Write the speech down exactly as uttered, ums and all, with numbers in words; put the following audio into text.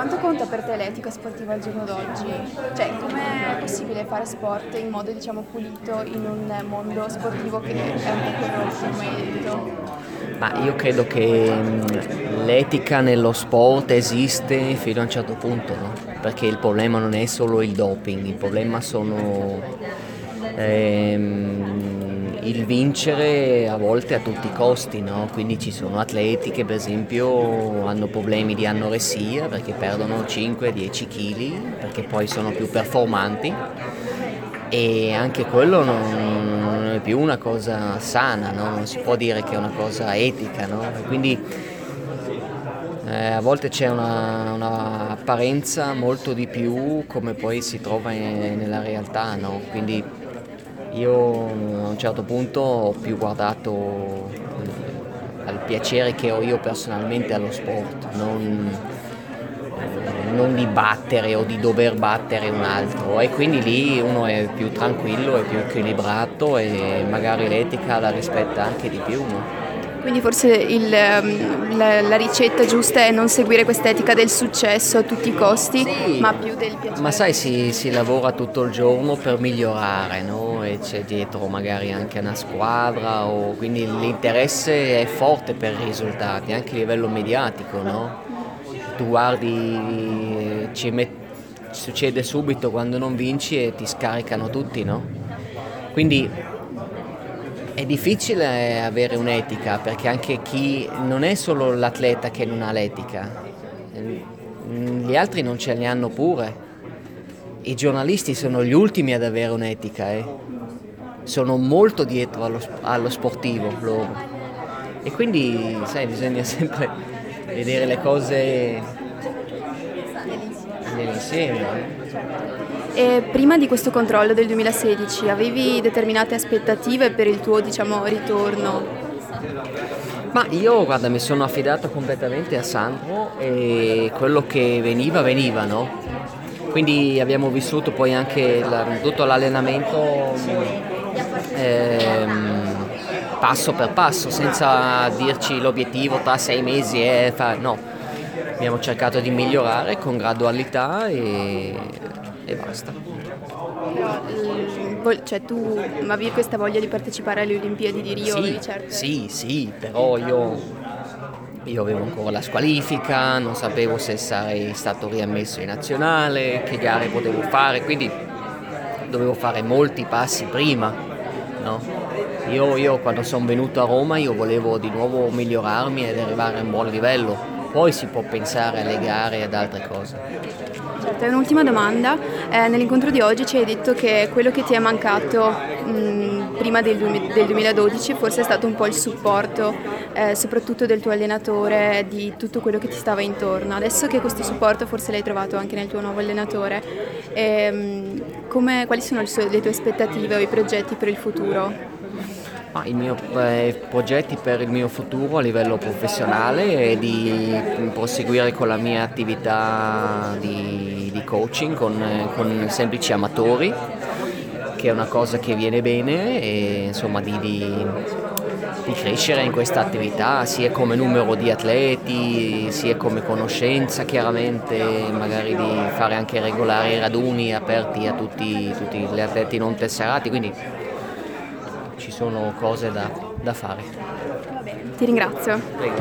quanto conta per te l'etica sportiva al giorno d'oggi? Cioè, com'è possibile fare sport in modo, diciamo, pulito in un mondo sportivo che è un po' corrotto, come hai detto? Ma io credo che mh, l'etica nello sport esiste fino a un certo punto, no? Perché il problema non è solo il doping, il problema sono ehm, il vincere a volte a tutti i costi, no? Quindi ci sono atleti che per esempio hanno problemi di anoressia perché perdono cinque dieci chili perché poi sono più performanti, e anche quello non, non è più una cosa sana, no? Non si può dire che è una cosa etica, no? E quindi eh, a volte c'è una, una apparenza molto di più come poi si trova in- nella realtà, no? Quindi io a un certo punto ho più guardato eh, al piacere che ho io personalmente allo sport, non non di battere o di dover battere un altro, e quindi lì uno è più tranquillo, è più equilibrato e magari l'etica la rispetta anche di più, no? Quindi forse il, ehm, la, la ricetta giusta è non seguire quest'etica del successo a tutti i costi, Sì, ma più del piacere. ma sai, si, si lavora tutto il giorno per migliorare, no? E c'è dietro magari anche una squadra, o, quindi l'interesse è forte per i risultati, anche a livello mediatico, no? Tu guardi, ci met- succede subito quando non vinci e ti scaricano tutti, no? Quindi è difficile avere un'etica, perché anche chi non è solo l'atleta che non ha l'etica, gli altri non ce ne hanno pure. I giornalisti sono gli ultimi ad avere un'etica, eh. Sono molto dietro allo, allo sportivo loro. E quindi, sai, bisogna sempre vedere le cose nell'insieme. E prima di questo controllo del duemilasedici avevi determinate aspettative per il tuo, diciamo, ritorno? Ma io, guarda, mi sono affidato completamente a Sandro e quello che veniva, veniva, no? Quindi abbiamo vissuto poi anche la, tutto l'allenamento ehm, passo per passo, senza dirci l'obiettivo tra sei mesi e fa, no. Abbiamo cercato di migliorare con gradualità e, e basta. Però, il- vol- cioè, tu avevi questa voglia di partecipare alle Olimpiadi di Rio, Sì, avevi certo. sì, sì, però io, io avevo ancora la squalifica, non sapevo se sarei stato riammesso in nazionale, che gare potevo fare, quindi dovevo fare molti passi prima, no? Io, io quando sono venuto a Roma io volevo di nuovo migliorarmi ed arrivare a un buon livello, poi si può pensare alle gare e ad altre cose. Certo, e un'ultima domanda. Eh, nell'incontro di oggi ci hai detto che quello che ti è mancato mh, prima del, duemi- del duemiladodici forse è stato un po' il supporto, eh, soprattutto del tuo allenatore, di tutto quello che ti stava intorno. Adesso che questo supporto forse l'hai trovato anche nel tuo nuovo allenatore, ehm, come- quali sono il suo- le tue aspettative o i progetti per il futuro? Ma i miei eh, progetti per il mio futuro a livello professionale è di proseguire con la mia attività di, di coaching con, eh, con semplici amatori, che è una cosa che viene bene, e insomma di, di- di crescere in questa attività sia come numero di atleti sia come conoscenza, chiaramente magari di fare anche regolari raduni aperti a tutti, tutti gli atleti non tesserati, quindi ci sono cose da, da fare. Ti ringrazio. Prego.